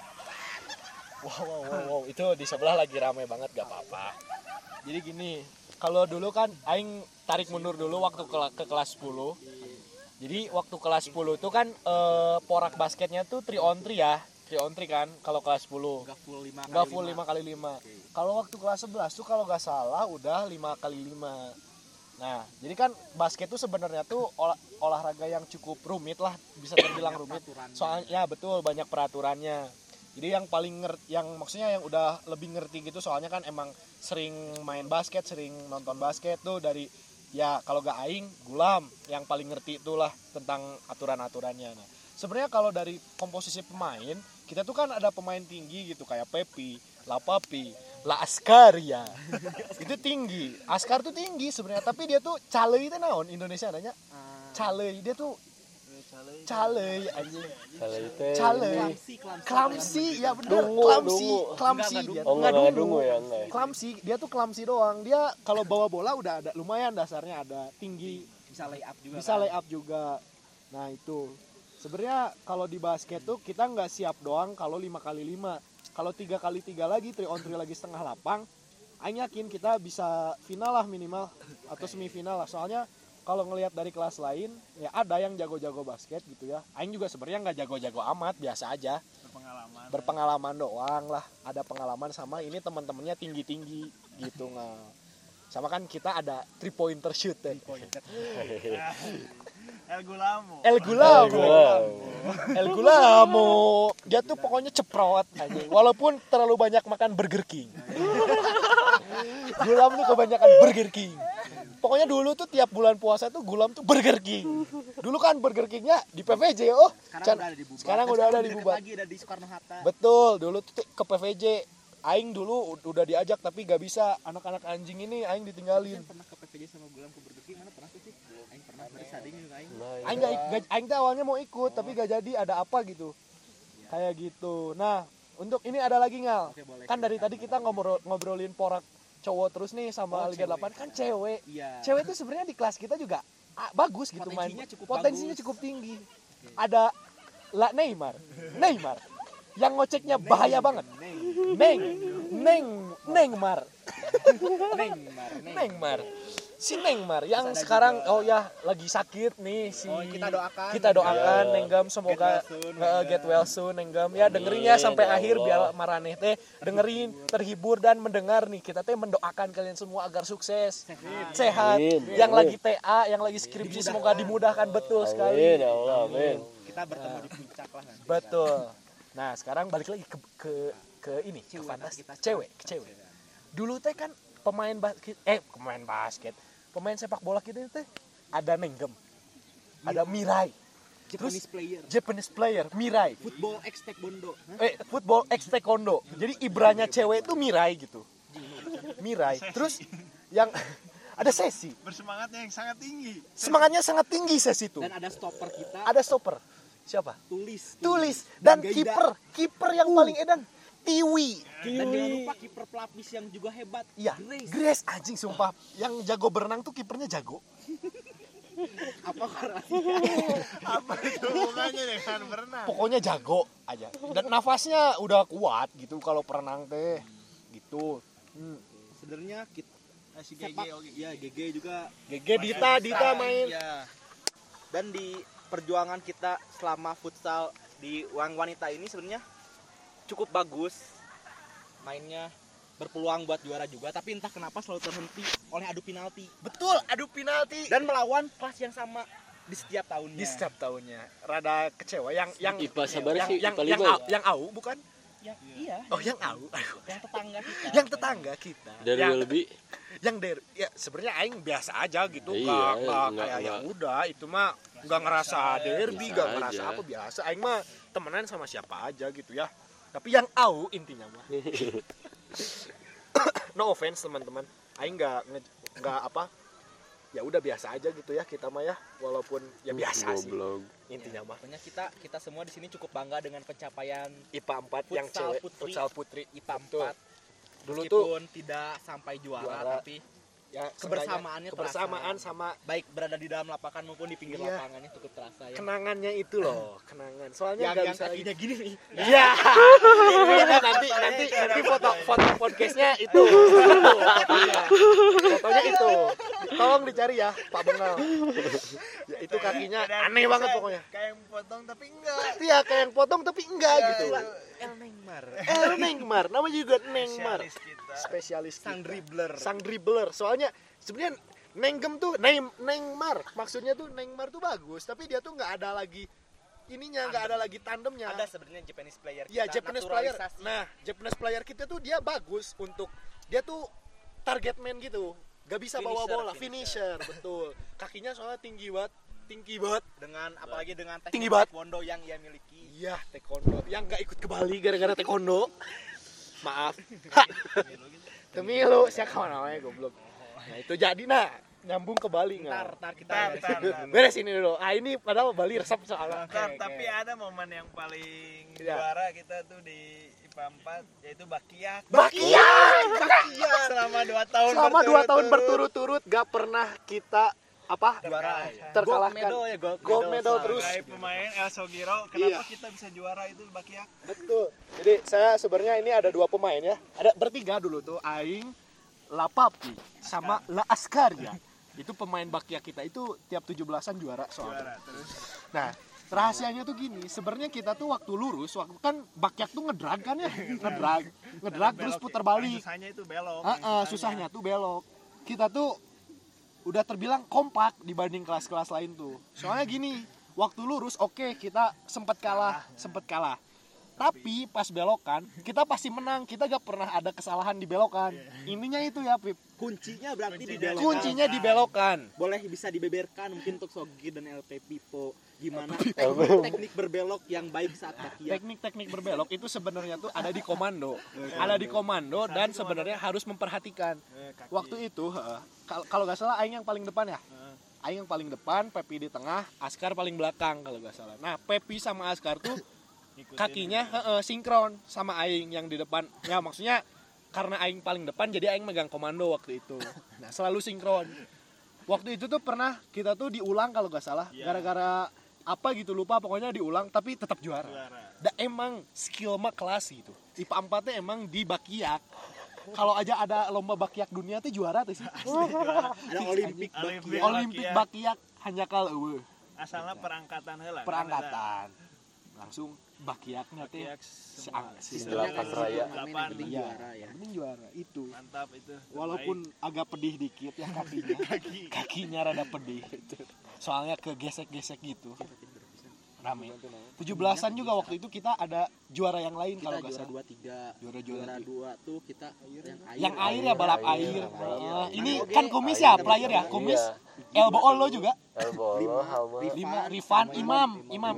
Speaker 3: Wow, itu di sebelah lagi ramai banget, gak apa-apa. Jadi gini, kalau dulu kan aing tarik mundur dulu waktu ke kelas 10. Jadi waktu kelas 10 itu kan porak basketnya tuh 3 on 3 ya. 3 on 3 kan kalau kelas 10.
Speaker 5: Gak full 5
Speaker 3: Enggak full 5 kali 5. Kalau waktu kelas 11 tuh kalau nggak salah udah 5 kali 5. Nah, jadi kan basket tuh sebenarnya tuh olahraga yang cukup rumit lah, bisa terbilang rumit. Soalnya ya betul, banyak peraturannya. Jadi yang paling yang maksudnya yang udah lebih ngerti gitu, soalnya kan emang sering main basket, sering nonton basket tuh dari ya kalau gak aing, Gulam yang paling ngerti itulah tentang aturan-aturannya. Nah, sebenarnya kalau dari komposisi pemain, kita tuh kan ada pemain tinggi gitu kayak Pepi, Lapapi, La Askar ya. Itu tinggi. Askar tuh tinggi sebenarnya, tapi dia tuh calei itu naon Indonesia adanya. Calei, dia tuh calei anjing. Calei. Klamsi, ya bener. Klamsi dia.
Speaker 2: Oh, enggak dungu ya, enggak.
Speaker 3: Klamsi, dia tuh klamsi doang. Dia kalau bawa bola udah ada lumayan dasarnya, ada tinggi,
Speaker 5: bisa lay up juga.
Speaker 3: bisa lay up juga. Nah, itu. Sebenarnya kalau di basket tuh kita nggak siap doang kalau 5 kali 5. Kalau 3 kali 3 lagi 3 on 3 lagi setengah lapang, aing yakin kita bisa final lah minimal atau semifinal lah. Soalnya kalau ngelihat dari kelas lain ya ada yang jago-jago basket gitu ya. Aing juga sebenarnya nggak jago-jago amat, biasa aja. Berpengalaman doang lah. Ada pengalaman sama ini teman-temannya tinggi-tinggi gitu nggak. Sama kan kita ada 3 pointer shoot ya.
Speaker 6: El Gulamo.
Speaker 3: El Gulamo. Dia tuh pokoknya ceprot aja. Walaupun terlalu banyak makan Burger King. Gulam tuh kebanyakan Burger King. Pokoknya dulu tuh tiap bulan puasa tuh Gulam tuh Burger King. Dulu kan Burger Kingnya di PVJ. Sekarang udah ada di Bubat.
Speaker 5: Lagi ada di Soekarno Hatta.
Speaker 3: Betul, dulu tuh ke PVJ. Aing dulu udah diajak tapi gak bisa. Anak-anak anjing ini aing ditinggalin.
Speaker 5: Pernah ke PVJ sama Gulam ke Burger King mana pernah sih? Aing pernah bersading juga aing.
Speaker 3: Aing tuh awalnya mau ikut tapi gak jadi, ada apa gitu. Kayak gitu. Nah, untuk ini ada lagi Ngal. Kan dari tadi kita ngobrolin porak cowok terus nih sama Liga 8 kan cewek.
Speaker 5: Iya.
Speaker 3: Cewek tuh sebenarnya di kelas kita juga bagus gitu main. Potensinya cukup tinggi. Ada Neymar. Yang ngoceknya bahaya banget. Neymar. Si Neymar yang sekarang lagi sakit nih si kita doakan Nenggam semoga get well soon Nenggam ya, dengerin ya sampai akhir biar maraneh teh dengerin, terhibur dan mendengar nih, kita teh mendoakan kalian semua agar sukses sehat. Yang lagi TA, yang lagi skripsi semoga dimudahkan betul sekali.
Speaker 2: Amin.
Speaker 5: Kita bertemu di puncak lah nanti.
Speaker 3: Betul. Nah, sekarang balik lagi ke ini, ke fantasi cewek. Dulu teh kan pemain sepak bola kita teh ada Nenggem, ada Mirai, Japanese player Mirai,
Speaker 5: Football X Taekwondo.
Speaker 3: football X Taekwondo. Jadi ibranya cewek itu Mirai gitu. Mirai. Terus yang ada Sesi. Semangatnya sangat tinggi Sesi itu.
Speaker 5: Dan ada stopper kita.
Speaker 3: Ada stopper. Siapa?
Speaker 5: Tulis.
Speaker 3: Dan kiper yang paling edan Tiwi.
Speaker 5: Dan jangan lupa kiper pelapis yang juga hebat.
Speaker 3: Iya, Grace anjing sumpah. Yang jago berenang tuh kipernya jago.
Speaker 5: Apa korelasinya?
Speaker 6: Apa itu hubungannya dengan berenang?
Speaker 3: Pokoknya jago aja. Dan nafasnya udah kuat gitu kalau berenang teh. Gitu.
Speaker 5: Sebenarnya kita
Speaker 6: Si
Speaker 5: sepak, ya GG juga.
Speaker 3: GG Dita main.
Speaker 5: Ya. Dan di perjuangan kita selama futsal di wanita ini sebenarnya cukup bagus mainnya, berpeluang buat juara juga, tapi entah kenapa selalu terhenti oleh adu penalti.
Speaker 3: Betul, adu penalti.
Speaker 5: Dan melawan kelas yang sama di setiap tahunnya.
Speaker 3: Rada kecewa yang
Speaker 2: IPA sabar sih,
Speaker 3: yang
Speaker 2: IPA 5.
Speaker 3: yang AU bukan?
Speaker 5: Iya,
Speaker 3: Oh, yang AU.
Speaker 5: yang tetangga kita.
Speaker 3: Yang tetangga kita.
Speaker 2: Dari
Speaker 3: yang,
Speaker 2: lebih
Speaker 3: yang dari ya sebenarnya aing biasa aja gitu,
Speaker 2: Iya,
Speaker 3: nggak
Speaker 2: nggak-
Speaker 3: kayak yang
Speaker 2: nggak.
Speaker 3: udah itu mah nggak ngerasa derby,
Speaker 2: Biasa
Speaker 3: nggak ngerasa
Speaker 2: aja.
Speaker 3: apa, biasa. Aing mah temenan sama siapa aja gitu ya. Tapi yang AU intinya mah. No offense teman-teman, aing nggak apa, ya udah biasa aja gitu ya kita mah ya, walaupun ya biasa sih
Speaker 2: goblok.
Speaker 3: intinya mah.
Speaker 5: Pokoknya kita semua di sini cukup bangga dengan pencapaian
Speaker 3: IPA 4 yang
Speaker 5: Futsal
Speaker 3: cewek,
Speaker 5: putri.
Speaker 3: futsal putri.
Speaker 5: IPA
Speaker 3: Betul.
Speaker 5: 4.
Speaker 3: Dulu tuh
Speaker 5: Meskipun tidak sampai juara,
Speaker 3: Juara.
Speaker 5: tapi
Speaker 3: ya
Speaker 5: kebersamaannya
Speaker 3: kebersamaan
Speaker 5: terasa.
Speaker 3: sama
Speaker 5: baik berada di dalam lapangan maupun di pinggir
Speaker 3: Iya.
Speaker 5: lapangannya cukup terasa ya.
Speaker 3: kenangannya itu loh, kenangan. Soalnya
Speaker 5: Yang
Speaker 3: nggak bisa lagi.
Speaker 5: kakinya gini nih.
Speaker 3: Iya. nanti foto podcastnya itu. Fotonya itu. Tolong dicari ya, Pak Bengal. Ya, itu kakinya aneh banget pokoknya.
Speaker 6: Kayak yang potong tapi enggak.
Speaker 3: Iya, kayak yang potong tapi enggak gitu.
Speaker 5: El Neymar.
Speaker 3: Neymar, namanya juga Neymar.
Speaker 6: Spesialis kita.
Speaker 3: Spesialis
Speaker 5: Sang
Speaker 3: kita.
Speaker 5: dribbler.
Speaker 3: Sang dribbler. Soalnya sebenarnya Nenggem tuh Neymar. Maksudnya tuh Neymar tuh bagus, tapi dia tuh nggak ada lagi ininya, nggak ada lagi tandemnya.
Speaker 5: Ada sebenarnya Japanese player.
Speaker 3: Iya,
Speaker 5: kita,
Speaker 3: Japanese player.
Speaker 5: naturalisasi.
Speaker 3: Nah, Japanese player kita tuh dia bagus untuk dia tuh target man gitu. Gak bisa bawa bola, finisher, betul. Kakinya soalnya tinggi banget.
Speaker 5: dengan apalagi dengan
Speaker 3: Tinggi
Speaker 5: teknik
Speaker 3: banget.
Speaker 5: taekwondo yang ia miliki.
Speaker 3: Iya, taekwondo. Yang nggak ikut ke Bali gara-gara taekwondo. Maaf. Temilu, siapa namanya goblok. Nah, itu jadi nyambung ke Bali nggak?
Speaker 5: Ntar kita
Speaker 6: Ntar.
Speaker 3: Beres ini dulu. Ini padahal Bali resep soalnya.
Speaker 6: Tapi ada momen yang paling
Speaker 3: Iya.
Speaker 6: juara kita tuh di IPA 4 yaitu Bakiak.
Speaker 3: Bakiak.
Speaker 6: Selama 2 tahun
Speaker 3: Selama 2 tahun berturut-turut gak pernah kita
Speaker 5: juara.
Speaker 3: terkalahkan. Gold medal terus.
Speaker 6: Sebagai pemain El Sogiro,
Speaker 3: Iya.
Speaker 6: kenapa kita bisa juara itu Bakiak?
Speaker 3: Betul. Jadi saya sebenarnya ini ada 2 pemain ya. Ada bertiga dulu tuh, Aing, Lapapi, sama La Askaria. Itu pemain Bakiak kita itu tiap 17-an juara soalnya.
Speaker 6: Juara terus.
Speaker 3: Nah, rahasianya tuh gini, sebenarnya kita tuh waktu lurus, waktu kan Bakiak tuh ngedrag kan ya, ngedrag terus putar balik.
Speaker 6: Susahnya itu belok.
Speaker 3: Susahnya tuh belok. Kita tuh udah terbilang kompak dibanding kelas-kelas lain tuh. Soalnya gini, waktu lurus oke, kita sempat kalah. Tapi pas belokan, kita pasti menang. Kita gak pernah ada kesalahan di belokan. Ininya itu ya, Pip.
Speaker 5: Kuncinya berarti di belokan.
Speaker 3: Kuncinya di belokan.
Speaker 5: Boleh bisa dibeberkan mungkin untuk Sogi dan LP Pipo gimana teknik berbelok yang baik saat bakiak.
Speaker 3: Teknik-teknik berbelok itu sebenarnya tuh ada di komando. Ada di komando dan sebenarnya harus memperhatikan. Waktu itu, kalau nggak salah Aing yang paling depan ya. Aing yang paling depan, Pepi di tengah, Askar paling belakang kalau nggak salah. Nah, Pepi sama Askar tuh kakinya sinkron sama Aing yang di depan. Ya maksudnya karena Aing paling depan jadi Aing megang komando waktu itu. Nah, selalu sinkron. Waktu itu tuh pernah kita tuh diulang kalau nggak salah, gara-gara apa gitu lupa, pokoknya diulang tapi tetap juara. Dan emang skill mah kelas gitu. IPA 4 emang di bakiak. Kalau aja ada lomba bakiak dunia tuh juara tuh sih.
Speaker 5: Ada Olimpik bakiak.
Speaker 3: Olimpik bakiak hanya kalau
Speaker 6: Asalnya perangkatan heula.
Speaker 3: perangkatan. Langsung bakiaknya teh si
Speaker 2: Delapan raya.
Speaker 6: Delapan.
Speaker 3: Iya,
Speaker 5: juara ya.
Speaker 3: mending juara itu.
Speaker 6: Mantap itu.
Speaker 3: Walaupun agak pedih dikit ya kakinya. Kakinya rada pedih. Soalnya kegesek-gesek gitu. Rame. 17-an juga waktu itu kita ada juara yang lain
Speaker 5: Kita
Speaker 3: kalau nggak
Speaker 5: juara
Speaker 3: salah.
Speaker 5: 2-3. Juara 2 tuh kita
Speaker 3: Yang air ya balap air. Ini
Speaker 2: Air.
Speaker 3: kan kumis ya, player ya, kumis. Elbow all lo juga.
Speaker 2: Elbow, Halma.
Speaker 3: 5 Rifan, Imam.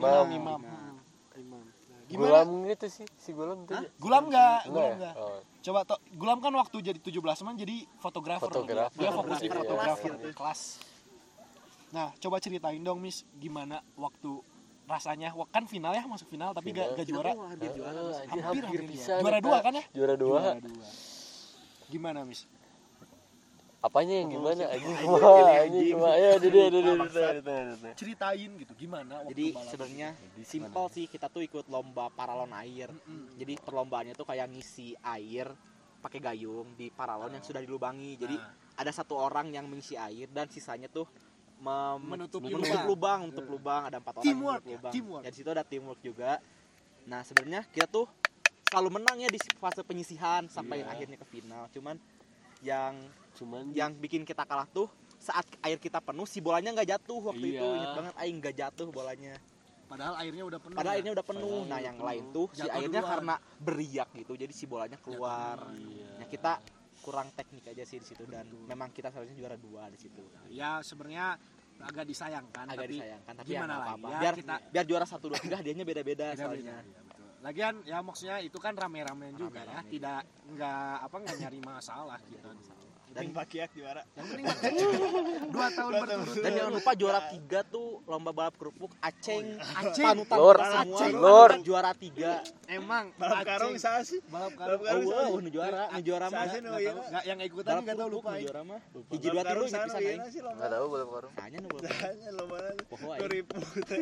Speaker 2: Gulam
Speaker 3: Gimana?
Speaker 2: gitu sih, si Gulam tuh.
Speaker 3: Gulam enggak?
Speaker 2: Enggak ya? Oh.
Speaker 3: Coba Gulam kan waktu jadi 17-an jadi fotografer.
Speaker 2: Fotografer.
Speaker 3: Dia fokus di
Speaker 2: Iya.
Speaker 3: fotografer kelas. Nah, coba ceritain dong, Miss, gimana waktu rasanya? Kan final ya, masuk final tapi gak juara.
Speaker 5: Hampir juara.
Speaker 3: Hampir
Speaker 2: bisa.
Speaker 3: juara 2 kan ya?
Speaker 2: Juara 2.
Speaker 3: Gimana, Miss?
Speaker 2: Apanya yang gimana? Anjing cuma ya di
Speaker 3: Ceritain gitu gimana waktu
Speaker 5: Jadi
Speaker 3: balap.
Speaker 5: sebenarnya simpel sih, kita tuh ikut lomba paralon air. Jadi perlombaannya tuh kayak ngisi air pakai gayung di paralon yang sudah dilubangi. Jadi ada satu orang yang mengisi air dan sisanya tuh
Speaker 3: Menutup
Speaker 5: lubang. Untuk lubang ada 4 orang
Speaker 3: Teamwork
Speaker 5: menutup
Speaker 3: ya,
Speaker 5: lubang.
Speaker 3: teamwork.
Speaker 5: Ya, di situ ada teamwork juga. Nah, sebenarnya kita tuh selalu menang ya di fase penyisihan sampai akhirnya ke final. Cuman yang bikin kita kalah tuh saat air kita penuh si bolanya nggak jatuh waktu itu. Ingat banget aing nggak jatuh bolanya.
Speaker 3: Padahal airnya udah penuh.
Speaker 5: Padahal airnya udah penuh. Nah, yang lain tuh si
Speaker 3: Jatuh
Speaker 5: airnya
Speaker 3: duluan.
Speaker 5: karena beriak gitu, jadi si bolanya keluar. Nah, kita kurang teknik aja sih di situ dan memang kita seharusnya juara 2 di situ.
Speaker 3: Ya sebenarnya agak disayangkan.
Speaker 5: Agak
Speaker 3: tapi
Speaker 5: disayangkan, tapi ya
Speaker 3: gimana
Speaker 5: nggak
Speaker 3: lagi?
Speaker 5: apa-apa.
Speaker 3: Ya,
Speaker 5: Biar
Speaker 3: kita-
Speaker 5: biar juara 1 2 3 hadiahnya beda-beda
Speaker 3: Beda-beda,
Speaker 5: soalnya.
Speaker 3: ya, betul. Lagian ya maksudnya itu kan rame-ramean juga ya,
Speaker 5: Rame-rame.
Speaker 3: tidak nggak nyari masalah gitu.
Speaker 6: Dan Pakiak juara.
Speaker 3: Yang penting makan 2 tahun berturut.
Speaker 5: Dan jangan lupa juara 3 tuh lomba balap kerupuk Aceng.
Speaker 3: Aceng.
Speaker 5: Panutan
Speaker 2: Lur.
Speaker 5: kita semua.
Speaker 3: Aceng.
Speaker 2: Lur.
Speaker 5: Juara 3.
Speaker 3: Emang
Speaker 6: Balap
Speaker 3: Aceng.
Speaker 6: karung saha sih?
Speaker 3: Balap
Speaker 6: Balap
Speaker 3: karung.
Speaker 6: karung
Speaker 5: Oh,
Speaker 6: saha?
Speaker 5: wow, nu juara mah.
Speaker 6: Saha sih nu
Speaker 3: Nggak
Speaker 6: ieu?
Speaker 3: tahu, nggak yang ikutan
Speaker 5: Balap
Speaker 3: nggak tahu
Speaker 5: kerupuk
Speaker 3: lupa.
Speaker 5: nu
Speaker 3: ya.
Speaker 5: juara mah.
Speaker 6: Balap
Speaker 5: Hiji 2 3
Speaker 6: karung
Speaker 5: inget
Speaker 6: saha
Speaker 5: pisan
Speaker 6: nu
Speaker 5: aing.
Speaker 6: ieu sih lomba?
Speaker 2: Enggak tahu balap karung.
Speaker 5: Tanya nu balap.
Speaker 6: Tanya lomba
Speaker 5: Poho aing.
Speaker 6: 2000 teh.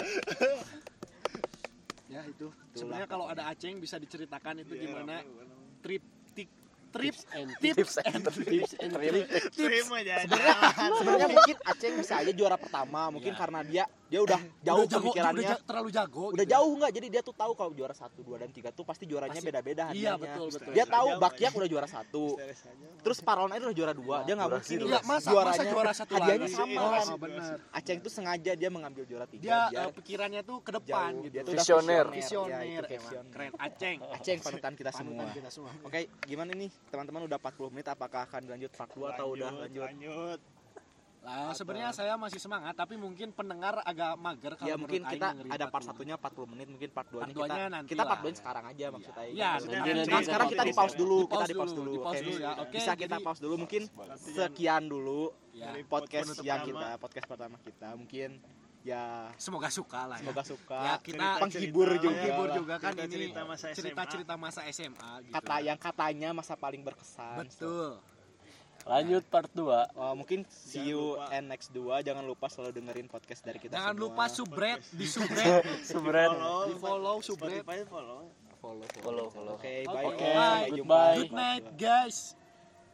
Speaker 3: Ya itu. Sebenarnya kalau ada Aceng bisa diceritakan itu gimana tips and tricks.
Speaker 6: Terima aja.
Speaker 5: Sebenarnya mungkin Aceng bisa aja juara pertama, mungkin karena dia udah jauh
Speaker 3: Udah jago,
Speaker 5: pemikirannya.
Speaker 3: udah terlalu jago.
Speaker 5: Udah
Speaker 3: gitu.
Speaker 5: jauh enggak, jadi dia tuh tahu kalau juara 1, 2 dan 3 tuh pasti juaranya
Speaker 3: Pasti.
Speaker 5: beda-beda
Speaker 3: Iya,
Speaker 5: hadiahnya.
Speaker 3: betul.
Speaker 5: Dia tahu
Speaker 6: Aja,
Speaker 5: Bakyak udah juara 1. Terus Paralon Air udah juara 2. Dia enggak mungkin
Speaker 3: Iya, masa juara 1
Speaker 5: hadiahnya
Speaker 3: lagi.
Speaker 5: sama.
Speaker 3: Oh, benar.
Speaker 5: Aceng tuh sengaja dia mengambil juara 3
Speaker 3: Dia
Speaker 5: biar
Speaker 3: pikirannya tuh ke depan
Speaker 5: jauh.
Speaker 3: gitu.
Speaker 5: Dia tuh udah
Speaker 2: Visioner.
Speaker 5: Ya,
Speaker 3: Visioner
Speaker 5: itu
Speaker 3: emang.
Speaker 5: visioner.
Speaker 3: Keren Aceng.
Speaker 5: Aceng panutan kita semua.
Speaker 3: Panutan kita semua.
Speaker 5: Oke, gimana nih teman-teman, udah 40 menit, apakah akan lanjut part 2 atau udah lanjut?
Speaker 6: Lanjut.
Speaker 3: Lah sebenarnya saya masih semangat tapi mungkin pendengar agak mager kalau
Speaker 5: Ya mungkin
Speaker 3: menurut
Speaker 5: kita
Speaker 3: Aing
Speaker 5: ada
Speaker 3: dengerin
Speaker 5: part
Speaker 3: 40.
Speaker 5: 1-nya 40 menit, mungkin part 2-nya
Speaker 3: Part 2-nya
Speaker 5: kita
Speaker 3: nanti
Speaker 5: kita
Speaker 3: lah.
Speaker 5: part 2-nya sekarang aja maksudnya.
Speaker 3: Iya,
Speaker 5: Nah, sekarang kita di pause dulu, kita di pause dulu.
Speaker 3: Di pause
Speaker 5: Oke.
Speaker 3: dulu ya. Oke.
Speaker 5: Bisa kita
Speaker 3: jadi-
Speaker 5: pause dulu, mungkin sekian dulu
Speaker 3: Ya,
Speaker 5: podcast
Speaker 6: penutup
Speaker 5: yang
Speaker 6: pertama.
Speaker 5: podcast pertama kita. Mungkin ya
Speaker 3: semoga suka lah ya.
Speaker 5: semoga suka.
Speaker 3: Ya, kita
Speaker 5: penghibur juga.
Speaker 3: menghibur juga kan
Speaker 6: Cerita-cerita
Speaker 3: ini
Speaker 6: masa SMA.
Speaker 3: cerita-cerita masa SMA gitu.
Speaker 5: Katanya masa paling berkesan.
Speaker 3: Betul.
Speaker 4: Lanjut part 2.
Speaker 5: Mungkin see you
Speaker 6: lupa.
Speaker 5: and next 2. Jangan lupa selalu dengerin podcast dari kita
Speaker 3: Jangan
Speaker 5: semua.
Speaker 3: lupa subscribe, di subscribe,
Speaker 2: Subret.
Speaker 3: di follow, subscribe.
Speaker 6: Spotify follow.
Speaker 2: Follow.
Speaker 5: Oke,
Speaker 3: Oke,
Speaker 5: bye.
Speaker 3: bye.
Speaker 5: Sampai jumpa.
Speaker 4: Goodbye.
Speaker 3: Good night guys.